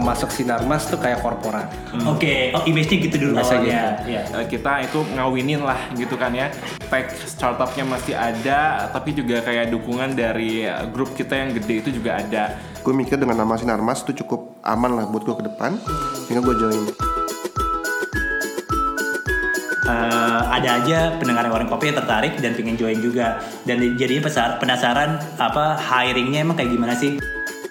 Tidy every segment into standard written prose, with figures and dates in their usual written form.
masuk Sinarmas tuh kayak korporat. Oke, image-nya gitu dulu awalnya. Gitu. Ya. Kita itu ngawinin lah gitu kan ya. Tech startupnya masih ada, tapi juga kayak dukungan dari grup kita yang gede itu juga ada. Gue mikir dengan nama Sinarmas itu cukup aman lah buat gue ke depan, sehingga gue join. Ada aja pendengar Warung Kopi yang tertarik dan pengen join juga, dan jadinya penasaran apa hiringnya emang kayak gimana sih.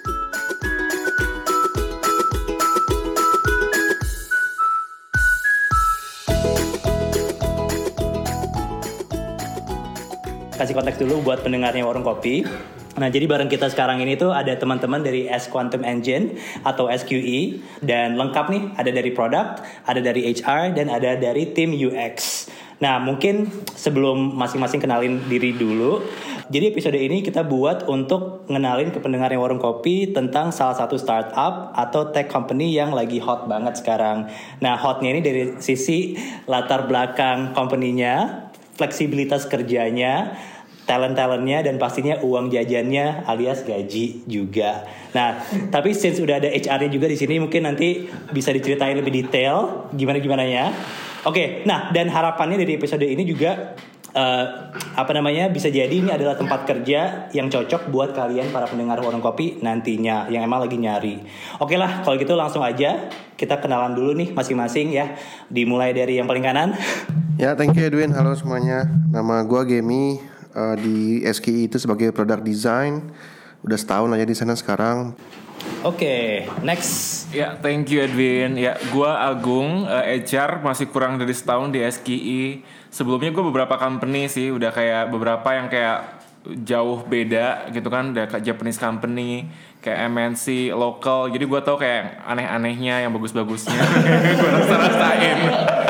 Kasih konteks dulu buat pendengarnya Warung Kopi. Nah, jadi bareng kita sekarang ini tuh ada teman-teman dari S Quantum Engine atau SQE, dan lengkap nih, ada dari product, ada dari HR, dan ada dari tim UX. Nah, mungkin sebelum masing-masing kenalin diri dulu, jadi episode ini kita buat untuk ngenalin ke pendengarnya Warung Kopi tentang salah satu startup atau tech company yang lagi hot banget sekarang. Nah, hotnya ini dari sisi latar belakang company-nya, fleksibilitas kerjanya, talent-talentnya, dan pastinya uang jajannya alias gaji juga. Nah, tapi since udah ada HR-nya juga di sini, mungkin nanti bisa diceritain lebih detail gimana ya. Oke, nah dan harapannya dari episode ini juga bisa jadi ini adalah tempat kerja yang cocok buat kalian para pendengar Warung Kopi nantinya yang emang lagi nyari. Oke lah, kalau gitu langsung aja kita kenalan dulu nih masing-masing ya. Dimulai dari yang paling kanan. Ya, thank you Edwin. Halo semuanya. Nama gue Gemi, di SKI itu sebagai product design. Udah setahun aja di sana sekarang. Oke, next. Ya, thank you Edwin. Ya, gue Agung, HR masih kurang dari setahun di SKI. Sebelumnya gue beberapa company sih, udah kayak beberapa yang kayak jauh beda gitu kan, udah kayak Japanese company, kayak MNC, lokal. Jadi gue tau kayak aneh-anehnya, yang bagus-bagusnya. Gue rasa-rasain.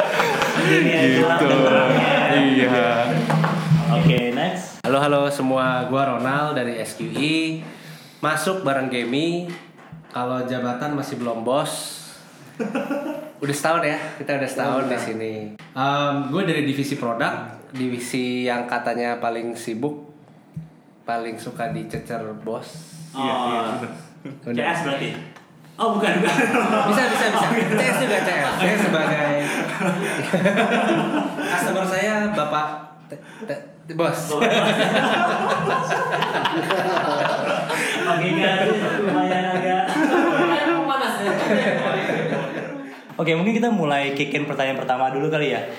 Gitu. Iya. Oke, next. Halo semua, gue Ronald dari SQE. Masuk bareng Gemi. Kalau jabatan masih belum bos. Udah setahun ya, kita udah setahun di sini. Gue dari divisi produk, divisi yang katanya paling sibuk, paling suka dicecer bos. Iya. CS berarti. Oh bukan. Bisa. CS juga CS. Saya sebagai customer saya bapak bos. Oke, lumayan agak panas ya. Oke, mungkin kita mulai kick-in pertanyaan pertama dulu kali ya.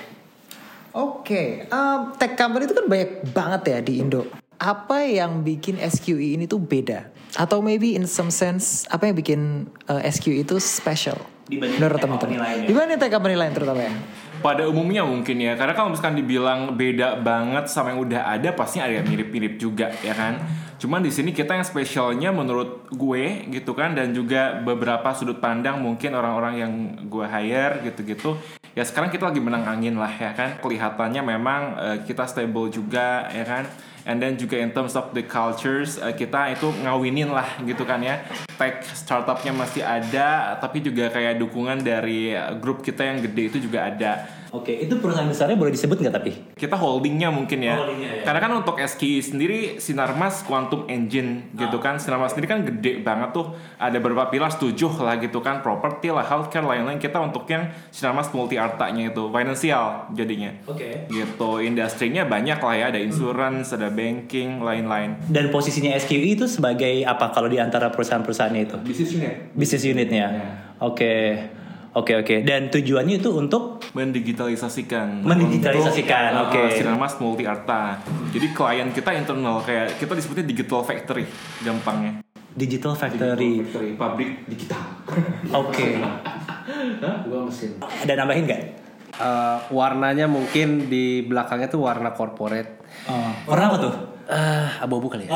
Oke, tech company itu kan banyak banget ya di Indo. Apa yang bikin SQE ini tuh beda? Atau maybe in some sense, apa yang bikin SQE itu special? Dibanding tech company lain ya? Dibanding tech company lain terutama ya? Pada umumnya mungkin ya, karena kalau misalkan dibilang beda banget sama yang udah ada, pasti ada yang mirip-mirip juga ya kan. Cuman di sini kita yang spesialnya menurut gue gitu kan, dan juga beberapa sudut pandang mungkin orang-orang yang gue hire gitu-gitu. Ya sekarang kita lagi menang angin lah ya kan. Kelihatannya memang kita stable juga ya kan. And then juga in terms of the cultures, kita itu ngawinin lah gitu kan ya. Tech startupnya masih ada, tapi juga kayak dukungan dari grup kita yang gede itu juga ada. Oke, itu perusahaan besarnya boleh disebut nggak tapi? Kita holdingnya mungkin ya. Holdingnya, ya. Karena kan untuk SKI sendiri Sinarmas Quantum Engine gitu kan. Sinarmas sendiri kan gede banget tuh. Ada beberapa pilar 7 lah gitu kan. Property lah, healthcare, lain-lain. Kita untuk yang Sinarmas multi artanya itu financial jadinya. Oke. Gitu, industrinya banyak lah ya. Ada insurance, ada banking, lain-lain. Dan posisinya SQE itu sebagai apa kalau di antara perusahaan-perusahaannya itu? Business unitnya. Ya. Oke. Dan tujuannya itu untuk mendigitalisasikan. Oke. Sinarmas multi arta. Jadi klien kita internal, kayak kita disebutnya digital factory gampangnya. Digital factory. Pabrik digital. Oke. Gua mesin. Ada nambahin nggak? Warnanya mungkin di belakangnya tuh warna corporate. Warna apa tuh? Abu-abu kali ya.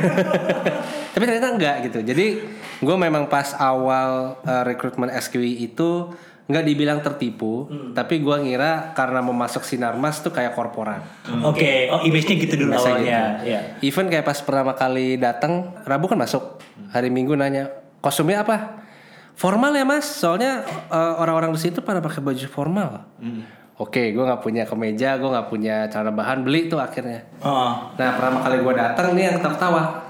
Tapi ternyata enggak gitu. Jadi gue memang pas awal rekrutmen SQE itu nggak dibilang tertipu, tapi gue ngira karena mau masuk Sinarmas tuh kayak korporat. Oke. Image-nya gitu dulu awalnya. Gitu. Even kayak pas pertama kali datang, Rabu kan masuk, hari Minggu nanya kostumnya apa? Formal ya mas, soalnya orang-orang di situ pada pakai baju formal. Oke, gue nggak punya kemeja, gue nggak punya celana bahan, beli tuh akhirnya. Nah pertama kali gue datang nih yang ketawa.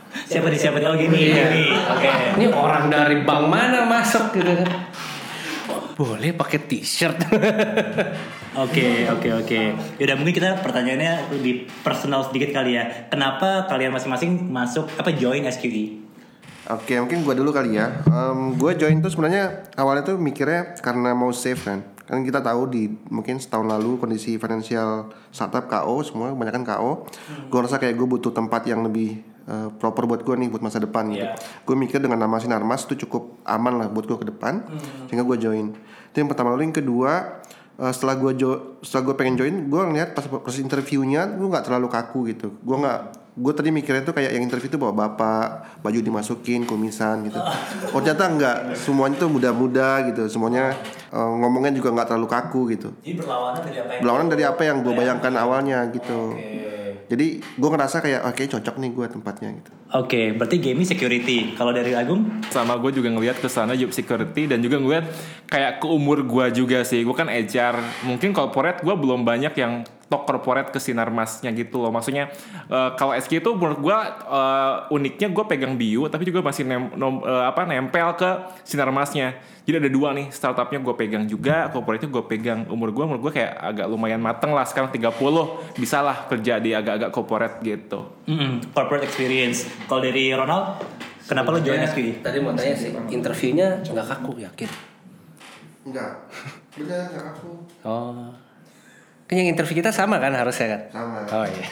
Siapa nih? Oh gini. Oke. Ini orang dari bank mana masuk gitu kan? Boleh pakai t-shirt. Oke. Yaudah mungkin kita pertanyaannya lebih personal sedikit kali ya. Kenapa kalian masing-masing join SQE? Oke, mungkin gue dulu kali ya. Gue join tuh sebenarnya awalnya tuh mikirnya karena mau save kan. Kan kita tahu di mungkin setahun lalu kondisi finansial startup KO semua kebanyakan KO. Gue rasa kayak gue butuh tempat yang lebih proper buat gue nih buat masa depan gitu. Gue mikir dengan nama Sinarmas itu cukup aman lah buat gue ke depan, sehingga gue join. Itu yang pertama. Lalu yang kedua, setelah gue pengen join, gue ngeliat pas proses interviewnya gue nggak terlalu kaku gitu. Gue tadi mikirnya tuh kayak yang interview tuh bawa bapak, baju dimasukin, kumisan gitu. Oh ternyata enggak, semuanya tuh muda-muda gitu. Semuanya ngomongnya juga nggak terlalu kaku gitu. Jadi berlawanan dari apa yang gue bayangkan awalnya gitu. Jadi gue ngerasa kayak oke, cocok nih gue tempatnya gitu. Oke, berarti gaming security. Kalau dari Agung? Sama gue juga ngelihat ke sana job security dan juga ngelihat kayak ke umur gue juga sih. Gue kan HR, mungkin corporate gue belum banyak yang top corporate ke Sinarmasnya gitu loh. Maksudnya kalau SQ itu menurut gue uniknya gue pegang bio tapi juga masih nempel ke Sinarmasnya. Jadi ada dua nih, startupnya gue pegang juga, corporate-nya gue pegang. Umur gue kayak agak lumayan mateng lah, sekarang 30 bisa lah kerja di agak-agak corporate gitu. Corporate experience. Kalau dari Ronald, kenapa lo join SQE? Tadi mau tanya sih, interviewnya nggak kaku, yakin? Enggak, bener nggak kaku. Oh, kan yang interview kita sama kan harusnya kan? Sama. Oh iya.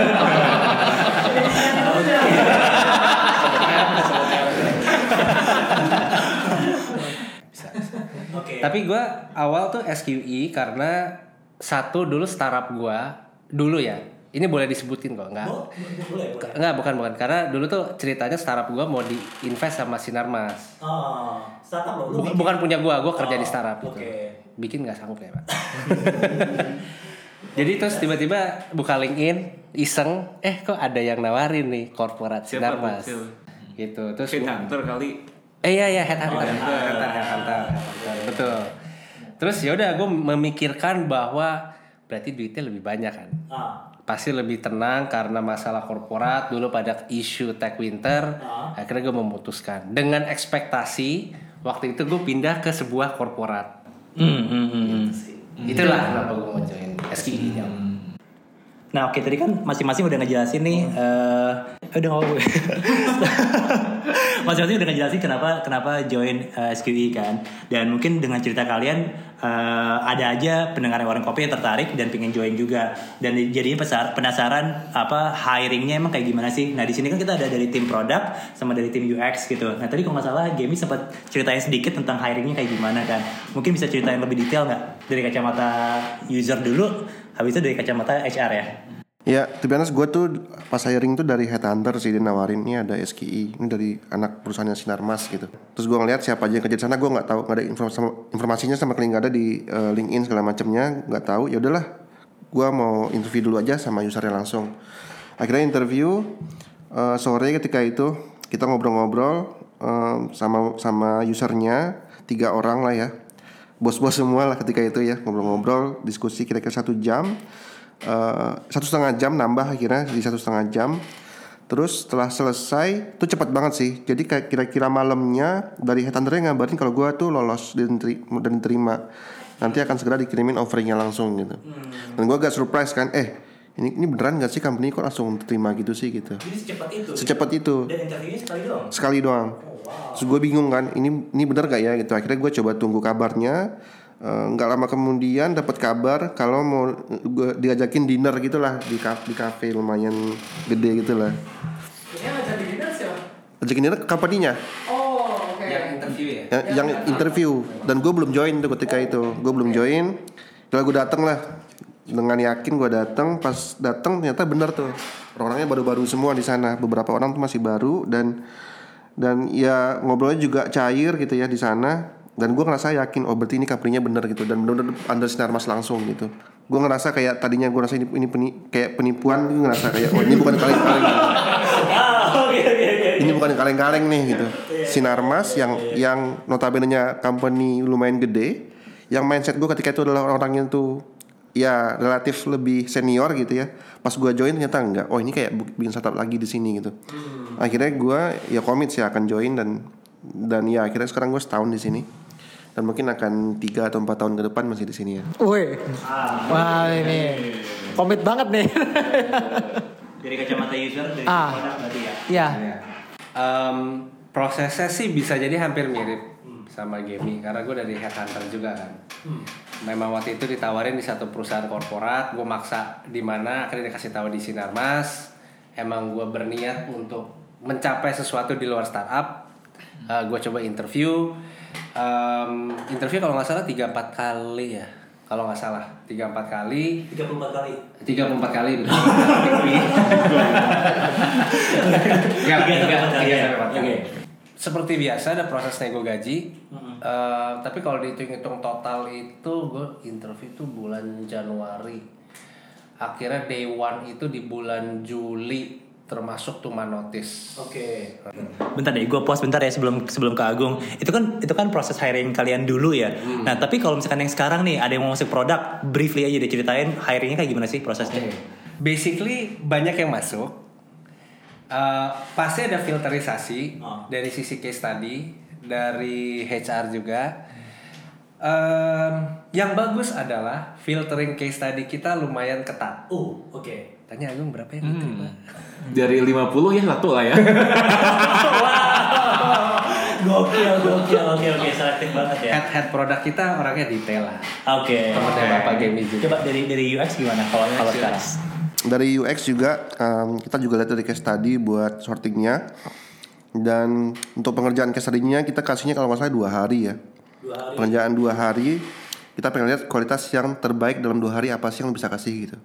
Tapi gue awal tuh SQE karena satu dulu startup gue dulu ya. Ini boleh disebutin kok, enggak? Boleh. Enggak, bukan. Karena dulu tuh ceritanya startup gue mau di-invest sama Sinarmas. Oh, startup lo? Bukan punya gue kerja di startup gitu. Bikin nggak sanggup ya Pak. Jadi terus tiba-tiba buka LinkedIn, iseng, kok ada yang nawarin nih korporat Sinarmas. Gitu. Terus Headhunter kali. Iya, headhunter. Betul. Terus ya udah gue memikirkan bahwa berarti duitnya lebih banyak kan. Pasti lebih tenang karena masalah korporat dulu pada isu tech winter. Akhirnya gue memutuskan dengan ekspektasi waktu itu gue pindah ke sebuah korporat. Gitu sih. Itulah kenapa gue mau join SQE. Nah oke, tadi kan masing-masing udah ngejelasin nih masing-masing udah ngejelasin kenapa join SQE kan. Dan mungkin dengan cerita kalian ada aja pendengar Warung Kopi yang tertarik dan pengen join juga. Dan jadinya penasaran apa hiringnya emang kayak gimana sih. Nah di sini kan kita ada dari tim produk sama dari tim UX gitu. Nah tadi kalau nggak salah Gemi sempat ceritain sedikit tentang hiringnya kayak gimana kan. Mungkin bisa ceritain lebih detail nggak dari kacamata user dulu, habis itu dari kacamata HR ya. Ya, to be honest, gue tuh pas hiring tuh dari headhunter sih, dia nawarin ini ada SQE, ini dari anak perusahaannya Sinarmas gitu. Terus gue ngeliat siapa aja yang kerja di sana, gue nggak tahu, nggak ada informasinya sama sekali nggak ada di LinkedIn segala macamnya, nggak tahu. Ya udahlah, gue mau interview dulu aja sama usernya langsung. Akhirnya interview sore ketika itu kita ngobrol-ngobrol sama usernya 3 orang lah ya, bos-bos semua lah ketika itu ya, ngobrol-ngobrol, diskusi kira-kira 1 jam. 1,5 jam nambah akhirnya di 1,5 jam. Terus setelah selesai tuh cepat banget sih. Jadi kayak kira-kira malamnya dari headhunternya ngabarin kalau gue tuh lolos dan diterima. Nanti akan segera dikirimin offeringnya langsung gitu. Dan gue agak surprise kan, ini beneran gak sih company kok langsung terima gitu sih gitu. Jadi secepat itu. Dan interviewnya sekali doang. Terus gue bingung kan, ini bener gak ya gitu. Akhirnya gue coba tunggu kabarnya. Nggak lama kemudian dapat kabar kalau mau gue diajakin dinner gitulah di kafe lumayan gede gitulah. Ini ngajakin dinner siapa? Ajakin dinner company-nya. Oh, oke. Yang interview ya? Yang interview. Dan gue belum join tuh ketika itu. Gue belum join. Setelah gue dateng lah dengan yakin gue datang. Pas datang ternyata bener tuh orang-orangnya baru-baru semua di sana. Beberapa orang tuh masih baru dan ya ngobrolnya juga cair gitu ya di sana. Dan gue ngerasa yakin, berarti ini company-nya bener gitu. Dan bener-bener under Sinarmas langsung gitu. Gue ngerasa kayak tadinya gue rasa ini kayak penipuan. Gue ngerasa kayak, ini bukan kaleng-kaleng gitu. Ini bukan kaleng-kaleng nih gitu. Sinarmas yang notabene-nya company lumayan gede. Yang mindset gue ketika itu adalah orang yang tuh ya relatif lebih senior gitu ya. Pas gue join ternyata enggak. Oh ini kayak bikin startup lagi di sini gitu. Akhirnya gue ya komit sih akan join dan ya akhirnya sekarang gue setahun di sini. Dan mungkin akan 3 atau 4 tahun ke depan masih di sini ya. Wih, wah ini komit banget nih. Dari kacamata user, dari produk berarti ya. Iya. Prosesnya sih bisa jadi hampir mirip sama Gemi karena gue dari headhunter juga kan. Memang waktu itu ditawarin di satu perusahaan korporat, gue maksa di mana akhirnya dikasih tahu di Sinarmas. Emang gue berniat untuk mencapai sesuatu di luar startup. Gue coba interview kalau nggak salah 3-4 kali ya. Kalau nggak salah 3-4 kali. 34 kali. 34 kali. Oke. Seperti biasa ada proses nego gaji. Tapi kalau dihitung-hitung total itu gue interview itu bulan Januari. Akhirnya day one itu di bulan Juli termasuk tuman notice. Oke. Bentar deh, gue pause bentar ya sebelum ke Agung. Itu kan proses hiring kalian dulu ya. Nah, tapi kalau misalkan yang sekarang nih ada yang mau masuk produk, briefly aja deh ceritain hiringnya kayak gimana sih prosesnya? Basically banyak yang masuk. Pasti ada filterisasi dari sisi case study, dari HR juga. Yang bagus adalah filtering case study kita lumayan ketat. Oke. Tanya Agung berapa yang diterima? Dari 50 ya satu lah ya. Gokil, oke, selektif banget ya. Head produk kita orangnya detail lah. Oke. Temennya Bapak Gemi juga. Coba dari UX gimana kalau sekarang? Dari UX juga kita juga lihat dari case study buat sortingnya. Dan untuk pengerjaan case study-nya kita kasihnya kalau nggak salah 2 hari ya. 2 hari. Pengerjaan 2 hari, kita pengen lihat kualitas yang terbaik dalam 2 hari apa sih yang bisa kasih gitu.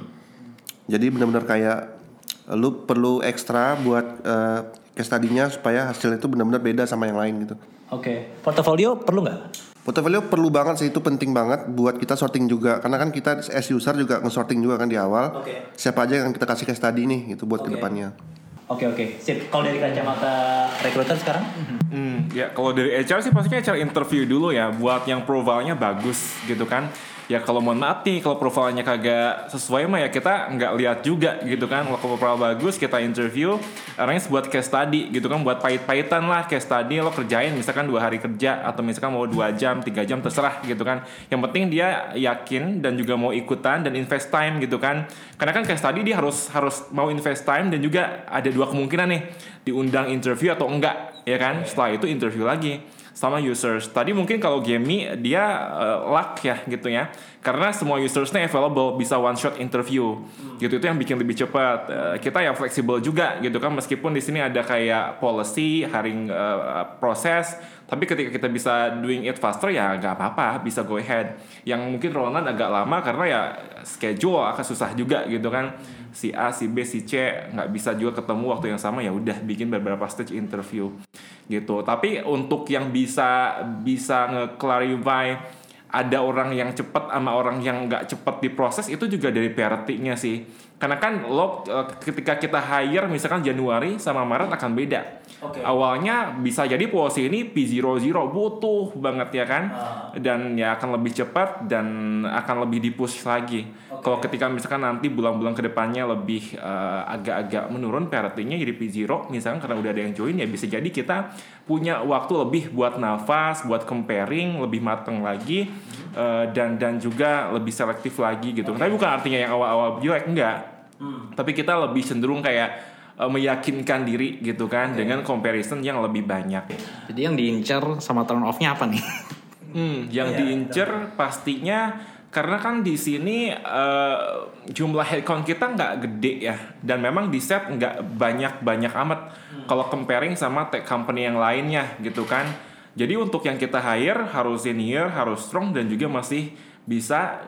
Jadi benar-benar kayak lu perlu ekstra buat case study-nya supaya hasilnya itu benar-benar beda sama yang lain gitu. Oke. Portofolio perlu nggak? Portfolio perlu banget sih, itu penting banget buat kita sorting juga. Karena kan kita as user juga nge-sorting juga kan di awal. Oke. Siapa aja yang kita kasih case study nih gitu buat kedepannya. Oke. Sip. Kalau dari kacamata recruiter sekarang? Ya kalau dari HR sih pastinya HR interview dulu ya, buat yang profilnya bagus gitu kan. Ya kalau mohon maaf nih, kalau profilnya kagak sesuai mah ya kita nggak lihat juga gitu kan. Kalau profil bagus kita interview, arrange buat case study gitu kan, buat pahit-pahitan lah case study lo kerjain misalkan 2 hari kerja atau misalkan mau 2 jam, 3 jam terserah gitu kan. Yang penting dia yakin dan juga mau ikutan dan invest time gitu kan. Karena kan case study dia harus mau invest time dan juga ada 2 kemungkinan nih, diundang interview atau enggak ya kan. Setelah itu interview lagi sama users. Tadi mungkin kalau Gemi dia luck ya gitu ya. Karena semua usersnya available, bisa one shot interview. Gitu, itu yang bikin lebih cepat. Kita ya fleksibel juga gitu kan, meskipun di sini ada kayak policy hiring proses, tapi ketika kita bisa doing it faster ya nggak apa-apa, bisa go ahead. Yang mungkin Roland agak lama karena ya schedule akan susah juga gitu kan. Si A, si B, si C nggak bisa juga ketemu waktu yang sama, ya udah bikin beberapa stage interview gitu. Tapi untuk yang bisa nge-clarify ada orang yang cepat sama orang yang nggak cepat diproses, itu juga dari priority-nya sih. Karena kan lo ketika kita hire misalkan Januari sama Maret akan beda. Awalnya bisa jadi posisi ini P00 butuh banget ya kan, dan ya akan lebih cepat dan akan lebih dipush lagi. Kalau ketika misalkan nanti bulan-bulan kedepannya lebih agak-agak menurun priority-nya jadi P0 misalkan karena udah ada yang join, ya bisa jadi kita punya waktu lebih buat nafas, buat comparing lebih mateng lagi, dan juga lebih selektif lagi gitu. Tapi bukan artinya yang awal-awal jelek, enggak. Tapi kita lebih cenderung kayak meyakinkan diri gitu kan, dengan comparison yang lebih banyak. Jadi yang diincar sama turn off-nya apa nih? Yang diincar pastinya karena kan di sini jumlah headcount kita nggak gede ya, dan memang di set nggak banyak amat kalau comparing sama tech company yang lainnya gitu kan. Jadi untuk yang kita hire harus senior, harus strong, dan juga masih bisa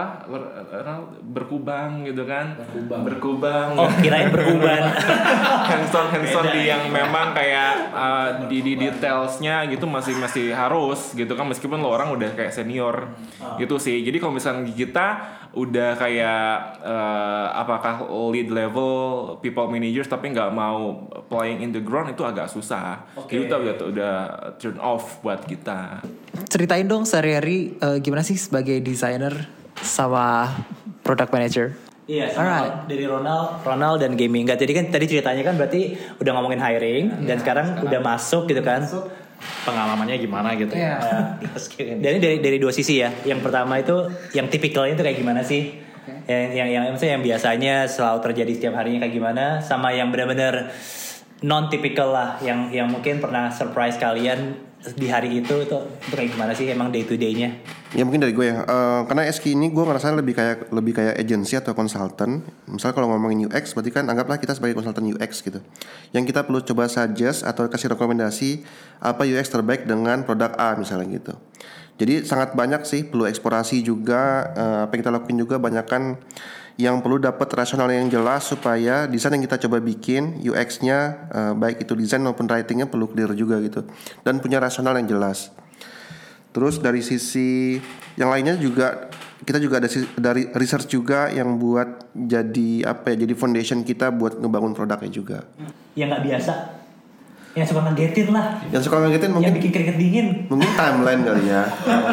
berkubang gitu kan. Berkubang. Oh, kirain beruban. hands-on di yang memang kayak di detailsnya gitu masih harus gitu kan, meskipun lo orang udah kayak senior gitu sih. Jadi kalau misalnya kita udah kayak apakah lead level people managers tapi nggak mau playing in the ground, itu agak susah. Jadi udah turn off buat kita. Ceritain dong sehari-hari gimana sih sebagai desainer sama product manager. Iya, sama Alright. dari Ronald dan gaming. Enggak, jadi kan tadi ceritanya kan berarti udah ngomongin hiring dan sekarang udah masuk gitu kan. Pengalamannya gimana gitu ya. Dan ini dari dua sisi ya. Yang pertama itu yang tipikalnya itu kayak gimana sih? Yang maksudnya yang biasanya selalu terjadi setiap harinya kayak gimana, sama yang benar-benar non typical lah, yang mungkin pernah surprise kalian di hari itu kayak gimana sih emang day to day-nya? Ya mungkin dari gue ya, karena SQ ini gue ngerasa lebih kayak agency atau konsultan. Misalnya kalau ngomongin UX, berarti kan anggaplah kita sebagai konsultan UX gitu. Yang kita perlu coba suggest atau kasih rekomendasi apa UX terbaik dengan produk A misalnya gitu. Jadi sangat banyak sih, perlu eksplorasi juga. Apa yang kita lakuin juga banyak kan yang perlu dapat rasional yang jelas supaya desain yang kita coba bikin UX-nya baik itu desain maupun writing-nya perlu clear juga gitu dan punya rasional yang jelas. Terus dari sisi yang lainnya juga kita juga ada dari research juga yang buat jadi jadi foundation kita buat ngebangun produknya juga. Yang nggak biasa, yang suka ngagetin lah, Yang suka ngagetin mungkin yang bikin keringet dingin. mungkin timeline kali ya.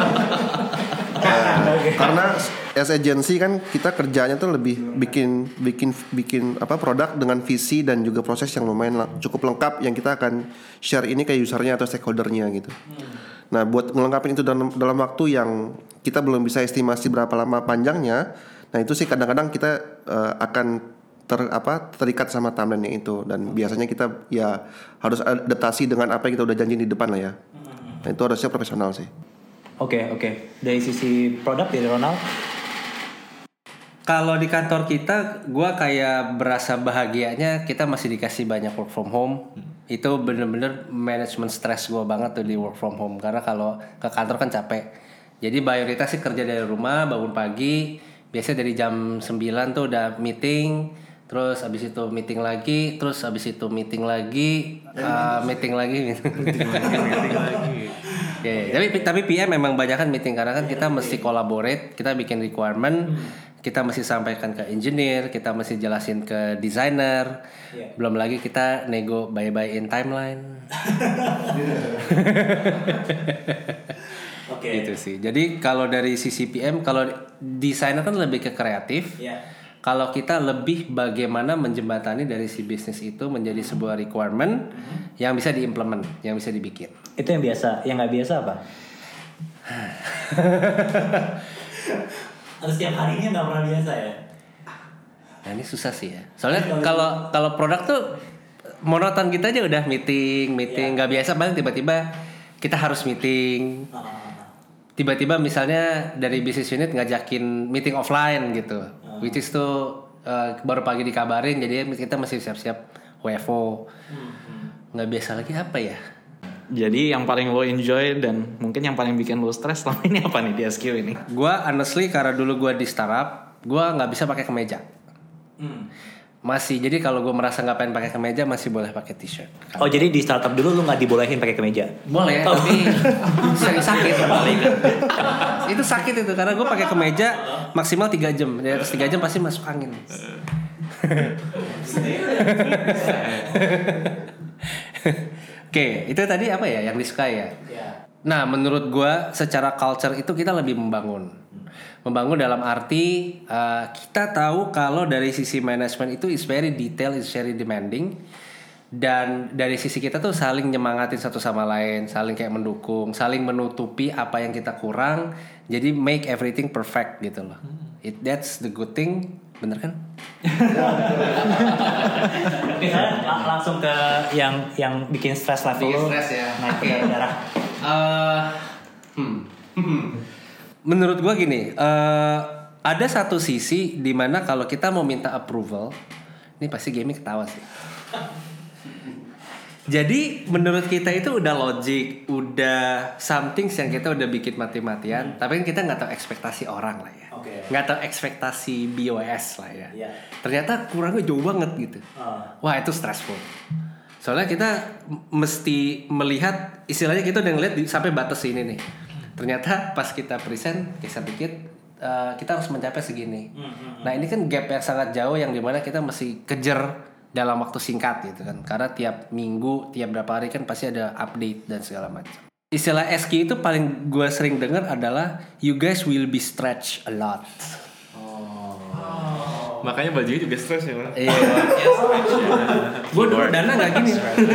Karena as agency kan kita kerjanya tuh lebih bikin produk dengan visi dan juga proses yang lumayan cukup lengkap yang kita akan share ini ke usernya atau stakeholdernya gitu. Nah buat ngelengkapin itu dalam waktu yang kita belum bisa estimasi berapa lama panjangnya, nah itu sih kadang-kadang kita akan terikat sama timeline-nya itu, dan biasanya kita ya harus adaptasi dengan apa yang kita udah janjiin di depan lah ya. Nah itu harusnya profesional sih. Oke. Dari sisi produk dari Ronald? Kalau di kantor kita, gue kayak berasa bahagianya kita masih dikasih banyak work from home. Itu bener-bener manajemen stres gue banget tuh di work from home. Karena kalau ke kantor kan capek. Jadi mayoritas sih kerja dari rumah, bangun pagi. Biasanya dari jam 9 tuh udah meeting. Terus abis itu meeting lagi. Terus abis itu meeting lagi. Meeting lagi. Yeah. Tapi PM memang banyak kan meeting. Karena kan kita mesti collaborate. Kita bikin requirement. Kita mesti sampaikan ke engineer, kita mesti jelasin ke designer, belum lagi kita nego bye-bye in timeline. Oke. Itu sih. Jadi kalau dari sisi PM, kalau desainer kan lebih ke kreatif. Kalau kita lebih bagaimana menjembatani dari si bisnis itu menjadi sebuah requirement yang bisa diimplement, yang bisa dibikin. Itu yang biasa, yang nggak biasa apa? Atau setiap harinya nggak pernah biasa ya? Nah ini susah sih ya. Soalnya kalau produk tuh monoton kita aja udah meeting nggak biasa, paling tiba-tiba kita harus meeting. Tiba-tiba misalnya dari business unit ngajakin meeting offline gitu, which is tuh baru pagi dikabarin, jadi kita masih siap-siap WFO. Nggak biasa lagi apa ya? Jadi yang paling lo enjoy dan mungkin yang paling bikin lo stres selama ini apa nih di SQ ini? Gua honestly karena dulu gua di startup, gua nggak bisa pakai kemeja. Masih, jadi kalau gua merasa nggak pengen pakai kemeja masih boleh pakai t-shirt. Oh jadi di startup dulu lu nggak dibolehin pakai kemeja? Boleh, tapi sering sakit. Itu sakit itu karena gua pakai kemeja maksimal 3 jam. Di atas 3 jam pasti masuk angin. Oke, itu tadi apa ya yang disukai ya? Nah, menurut gue secara culture itu kita lebih membangun dalam arti kita tahu kalau dari sisi manajemen itu is very detail, is very demanding, dan dari sisi kita tuh saling nyemangatin satu sama lain, saling kayak mendukung, saling menutupi apa yang kita kurang, jadi make everything perfect gitu loh. That's the good thing, bener kan? Langsung ke yang bikin stress level lu naik ke darah. Menurut gue gini, ada satu sisi di mana kalau kita mau minta approval, ini pasti gaming ketawa sih. Jadi menurut kita itu udah logic, udah something yang kita udah bikin mati-matian, tapi kan kita nggak tahu ekspektasi orang lah ya, nggak tahu ekspektasi BOS lah ya. Ternyata kurangnya jauh banget gitu. Wah itu stressful. Soalnya kita mesti melihat, istilahnya kita udah ngeliat sampai batas ini nih. Ternyata pas kita present, geser dikit, kita harus mencapai segini. Nah ini kan gap yang sangat jauh yang dimana kita mesti kejar dalam waktu singkat gitu kan, karena tiap minggu, tiap berapa hari kan pasti ada update dan segala macam. Istilah SQ itu paling gue sering dengar adalah you guys will be stretched a lot. Makanya bajunya juga stres ya, Bang. Iya. Gue dulu dana nggak gini.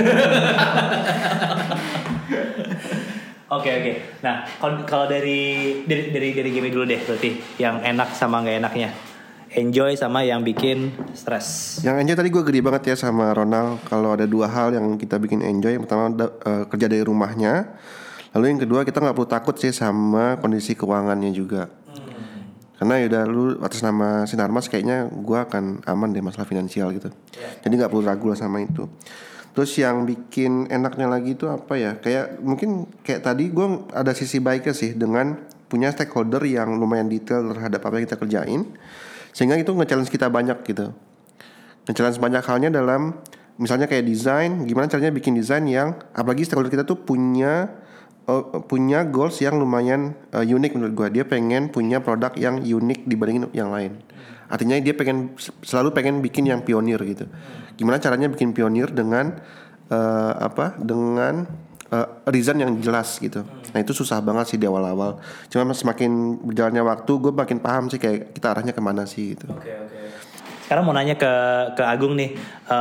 Oke. Nah, kalau dari game dulu deh berarti yang enak sama nggak enaknya. Enjoy sama yang bikin stres. Yang enjoy tadi gue gede banget ya sama Ronald. Kalau ada 2 hal yang kita bikin enjoy, yang pertama kerja dari rumahnya. Lalu yang kedua kita nggak perlu takut sih sama kondisi keuangannya juga. Karena ya udah lu atas nama Sinarmas kayaknya gue akan aman deh masalah finansial gitu. Jadi nggak perlu ragu lah sama itu. Terus yang bikin enaknya lagi itu apa ya? Mungkin kayak tadi gue ada sisi baiknya sih dengan punya stakeholder yang lumayan detail terhadap apa yang kita kerjain. Sehingga itu nge-challenge kita banyak gitu. Nge-challenge banyak halnya dalam misalnya kayak desain, gimana caranya bikin desain yang apalagi stakeholder kita tuh punya goals yang lumayan unik menurut gue. Dia pengen punya produk yang unik dibandingin yang lain. Artinya dia selalu pengen bikin yang pionir gitu. Gimana caranya bikin pionir dengan desain yang jelas gitu. Nah itu susah banget sih di awal-awal. Cuma semakin berjalannya waktu gue makin paham sih kayak kita arahnya kemana sih gitu. Oke. Sekarang mau nanya ke Agung nih,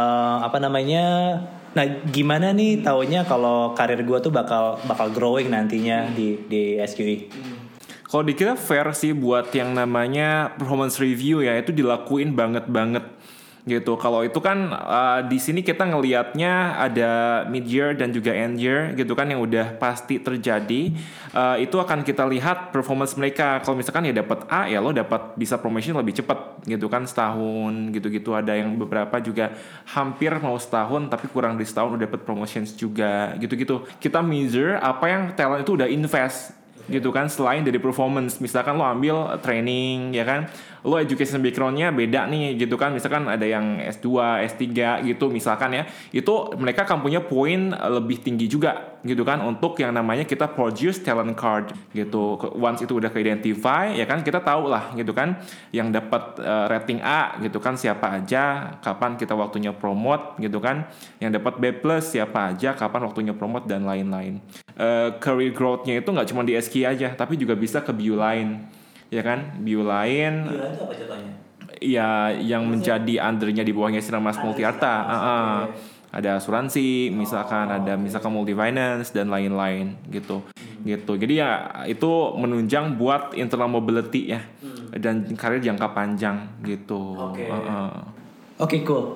Nah, gimana nih taunya kalau karir gue tuh bakal growing nantinya di SQE? Kalau di kita fair sih buat yang namanya performance review ya, itu dilakuin banget gitu. Kalau itu kan di sini kita ngelihatnya ada mid year dan juga end year gitu kan yang udah pasti terjadi. Itu akan kita lihat performance mereka. Kalau misalkan ya dapat A ya lo dapat bisa promotion lebih cepat gitu kan, setahun gitu-gitu. Ada yang beberapa juga hampir mau setahun tapi kurang dari setahun udah dapat promotions juga gitu-gitu. Kita measure apa yang talent itu udah invest gitu kan, selain dari performance. Misalkan lo ambil training ya kan, lo education backgroundnya beda nih gitu kan, misalkan ada yang S2, S3 gitu misalkan ya, itu mereka akan punya poin lebih tinggi juga gitu kan untuk yang namanya kita produce talent card gitu. Once itu udah ke-identify ya kan, kita tahu lah gitu kan yang dapat rating A gitu kan siapa aja, kapan kita waktunya promote gitu kan, yang dapat B+ siapa aja, kapan waktunya promote dan lain-lain. Career growth-nya itu nggak cuma di SQ aja, tapi juga bisa ke Beeline, ya kan? Beeline itu apa contohnya? Ya, yang menjadi undernya di bawahnya Sinarmas Multiarta. Ada asuransi, misalkan ada misalkan multi finance dan lain-lain gitu. Jadi ya itu menunjang buat internal mobility ya, dan karir jangka panjang gitu. Oke, cool.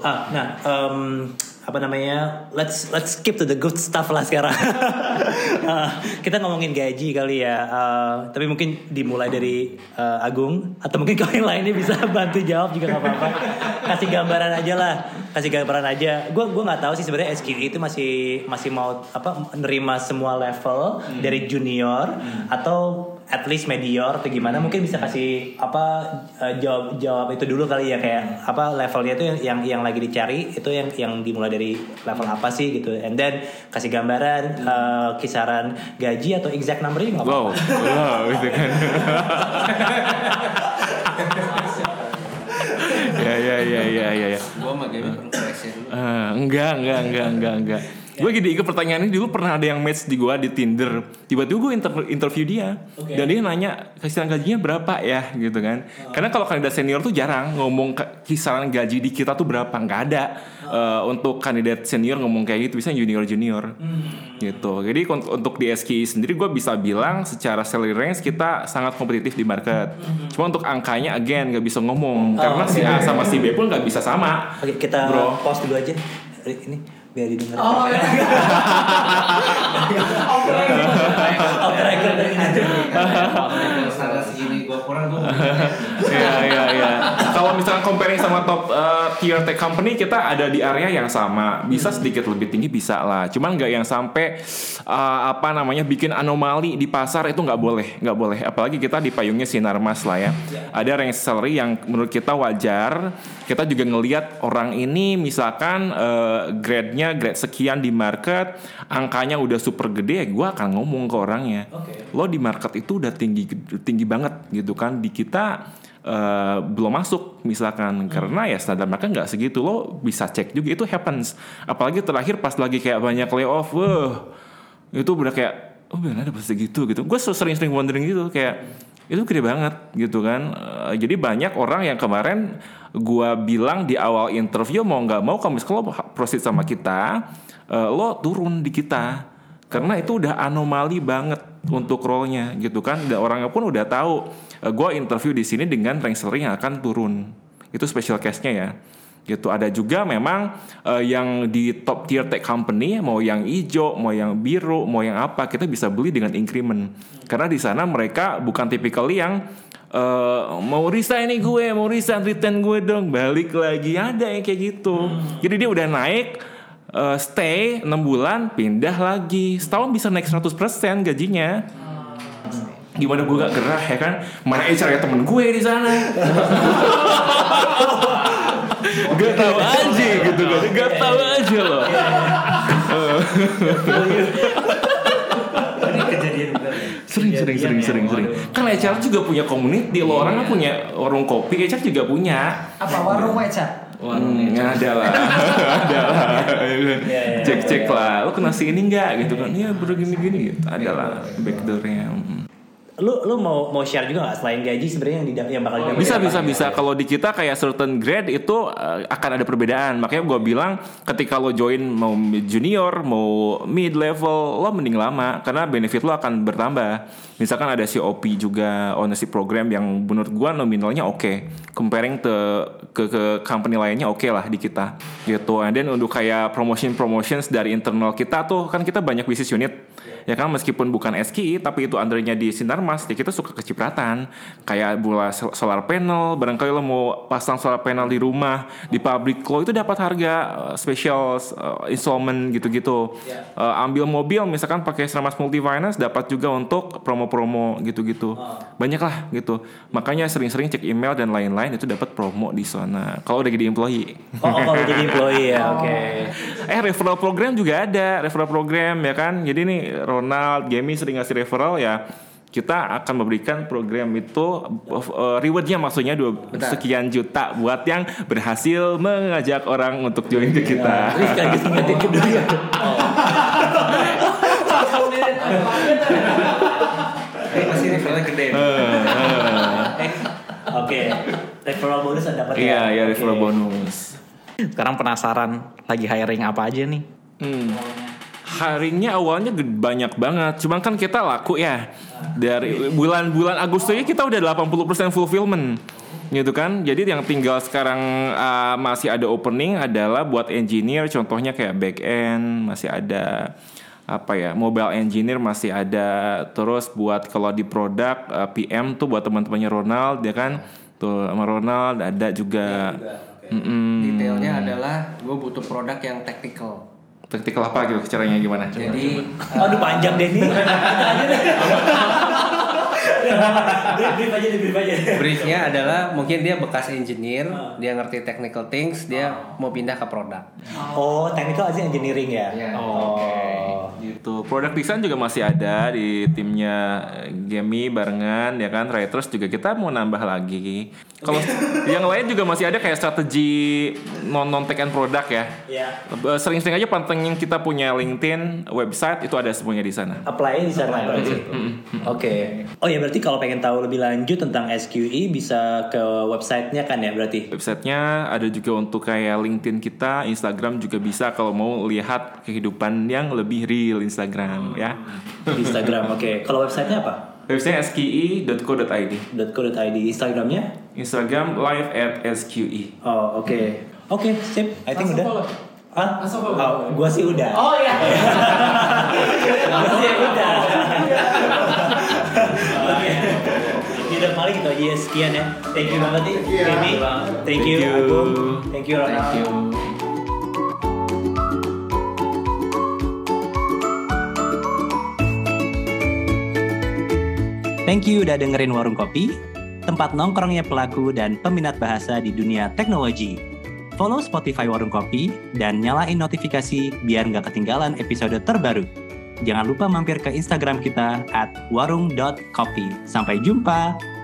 Let's skip to the good stuff lah sekarang. Kita ngomongin gaji kali ya. Tapi mungkin dimulai dari Agung, atau mungkin kau yang lainnya bisa bantu jawab juga nggak apa-apa. Kasih gambaran aja. Gue nggak tahu sih sebenarnya SQE itu masih mau nerima semua level dari junior atau at least medior atau gimana. Mungkin bisa kasih jawab itu dulu kali ya, kayak levelnya itu yang lagi dicari itu yang dimulai dari level apa sih gitu, and then kasih gambaran kisaran gaji atau exact number-nya nggak apa-apa. Wow gitu kan. Ya. Gue mah game progression. Enggak. Gue jadi ikut pertanyaan ini dulu, pernah ada yang match di gue di Tinder. Tiba-tiba gue interview dia, dan dia nanya kisaran gajinya berapa ya gitu kan. Karena kalau kandidat senior tuh jarang ngomong kisaran gaji di kita tuh berapa, nggak ada. Untuk kandidat senior ngomong kayak gitu, biasanya junior gitu. Jadi untuk di SQE sendiri gue bisa bilang secara salary range kita sangat kompetitif di market. Cuma untuk angkanya again nggak bisa ngomong, karena si A sama si B pun nggak bisa sama. Oke, kita pause dulu aja ini biar didengar. Iya. Kalau misalnya comparing sama top tier tech company, kita ada di area yang sama. Bisa sedikit lebih tinggi bisa lah. Cuman nggak yang sampai bikin anomali di pasar, itu nggak boleh. Apalagi kita di payungnya Sinarmas lah ya. Ada range salary yang menurut kita wajar. Kita juga ngelihat orang ini misalkan grade sekian di market, angkanya udah super gede, gue akan ngomong ke orangnya, lo di market itu udah tinggi banget gitu kan, di kita belum masuk misalkan, karena ya standar market nggak segitu. Lo bisa cek juga, itu happens. Apalagi terakhir pas lagi kayak banyak layoff, itu udah kayak oh benar ada posisi gitu. Gue sering wondering gitu kayak itu gede banget gitu kan. Jadi banyak orang yang kemarin gue bilang di awal interview mau nggak mau kalau misalnya lo proceed sama kita, lo turun di kita karena itu udah anomali banget untuk role-nya gitu kan. Dan orangnya pun udah tahu gue interview di sini dengan rank salary yang akan turun. Itu special case-nya ya. Gitu. Ada juga memang yang di top tier tech company, mau yang hijau, mau yang biru, mau yang apa, kita bisa beli dengan increment. Karena di sana mereka bukan tipikal yang mau resign nih gue, mau resign return gue dong, balik lagi, ada yang kayak gitu. Jadi dia udah naik, stay 6 bulan, pindah lagi, setahun bisa naik 100% gajinya. Gimana gue gak gerah ya kan? Mana HR ya temen gue di sana. Gak tahu aja gitu kan, gak tahu aja loh. Ini kejadian benar. Sering. Kan HR juga punya community, lo orang kan punya warung kopi, HR juga punya. Apa warung Weca? Ada lah. Cek lah, lo kena si ini nggak gitu kan? Iya begini gitu. Ada lah backdoornya. Lu mau share juga nggak selain gaji sebenarnya yang bakal didapat? Bisa. Kalau di kita kayak certain grade itu akan ada perbedaan. Makanya gue bilang ketika lo join mau junior, mau mid level, lo mending lama karena benefit lo akan bertambah. Misalkan ada COP juga ownership program yang menurut gue nominalnya oke. Comparing ke company lainnya oke lah di kita gitu. And then untuk kayak promotions dari internal kita tuh kan kita banyak business unit. Ya kan meskipun bukan SKI tapi itu undernya di Sinarmas, ya kita suka kecipratan kayak bola solar panel, barangkali lo mau pasang solar panel di rumah, di pabrik lo itu dapat harga special installment gitu-gitu. Ambil mobil misalkan pakai Sinarmas Multifinance dapat juga untuk promo-promo gitu-gitu. Banyak lah gitu. Makanya sering-sering cek email dan lain-lain itu dapat promo di sana. Kalau udah jadi employee. Kalau jadi employee ya, oke. Referral program juga ada, referral program ya kan. Jadi nih Ronald, Jamie sering ngasih referral ya. Kita akan memberikan program itu rewardnya maksudnya sekian juta buat yang berhasil mengajak orang untuk join ke kita. Ini sekaligus ngingetin ke dulu ya. Ini masih referralnya gede. Oke, referral bonus dapat ya. Iya, Oke. referral bonus. Sekarang penasaran lagi hiring apa aja nih? Hiringnya awalnya banyak banget, cuman kan kita laku ya. Dari bulan-bulan Agustus kita udah 80% fulfillment gitu kan. Jadi yang tinggal sekarang masih ada opening adalah buat engineer, contohnya kayak back end masih ada, mobile engineer masih ada. Terus buat kalau di produk PM tuh buat teman-temannya Ronald ya kan, tuh sama Ronald ada juga. Detailnya adalah gue butuh produk yang technical. Taktikal apa gitu caranya gimana? Jadi Aduh panjang deh nih. Brief aja. briefnya adalah mungkin dia bekas engineer, dia ngerti technical things, dia mau pindah ke produk. Oh, technical aja engineering ya. Iya. Gitu. Product design juga masih ada di timnya Gemi barengan ya kan. Writers juga kita mau nambah lagi. Kalau yang lain juga masih ada kayak strategi non tech and product ya. Iya. Sering-sering aja pantengin kita punya LinkedIn, website itu ada semuanya di sana. Apply di sana. Oke. Oh ya berarti kalau pengen tahu lebih lanjut tentang SQE bisa ke websitenya kan ya berarti? Websitenya ada juga untuk kayak LinkedIn kita, Instagram juga bisa kalau mau lihat kehidupan yang lebih real Instagram ya. Instagram, oke. Kalau websitenya apa? Websitenya sqe.co.id. .co.id. Instagramnya? Instagram live @sqe. Oh oke. Oke, sip. I think udah. Hah? Oh, gua sih udah. Oh iya. Gua sih udah. Oke. Tidak paling gitu aja sekian ya. Thank you banget nih. Baby. Thank you Agung. Thank you Ronald. Thank you. Thank you udah dengerin Warung Kopi, tempat nongkrongnya pelaku dan peminat bahasa di dunia teknologi. Follow Spotify Warung Kopi dan nyalain notifikasi biar nggak ketinggalan episode terbaru. Jangan lupa mampir ke Instagram kita @warung.kopi. Sampai jumpa!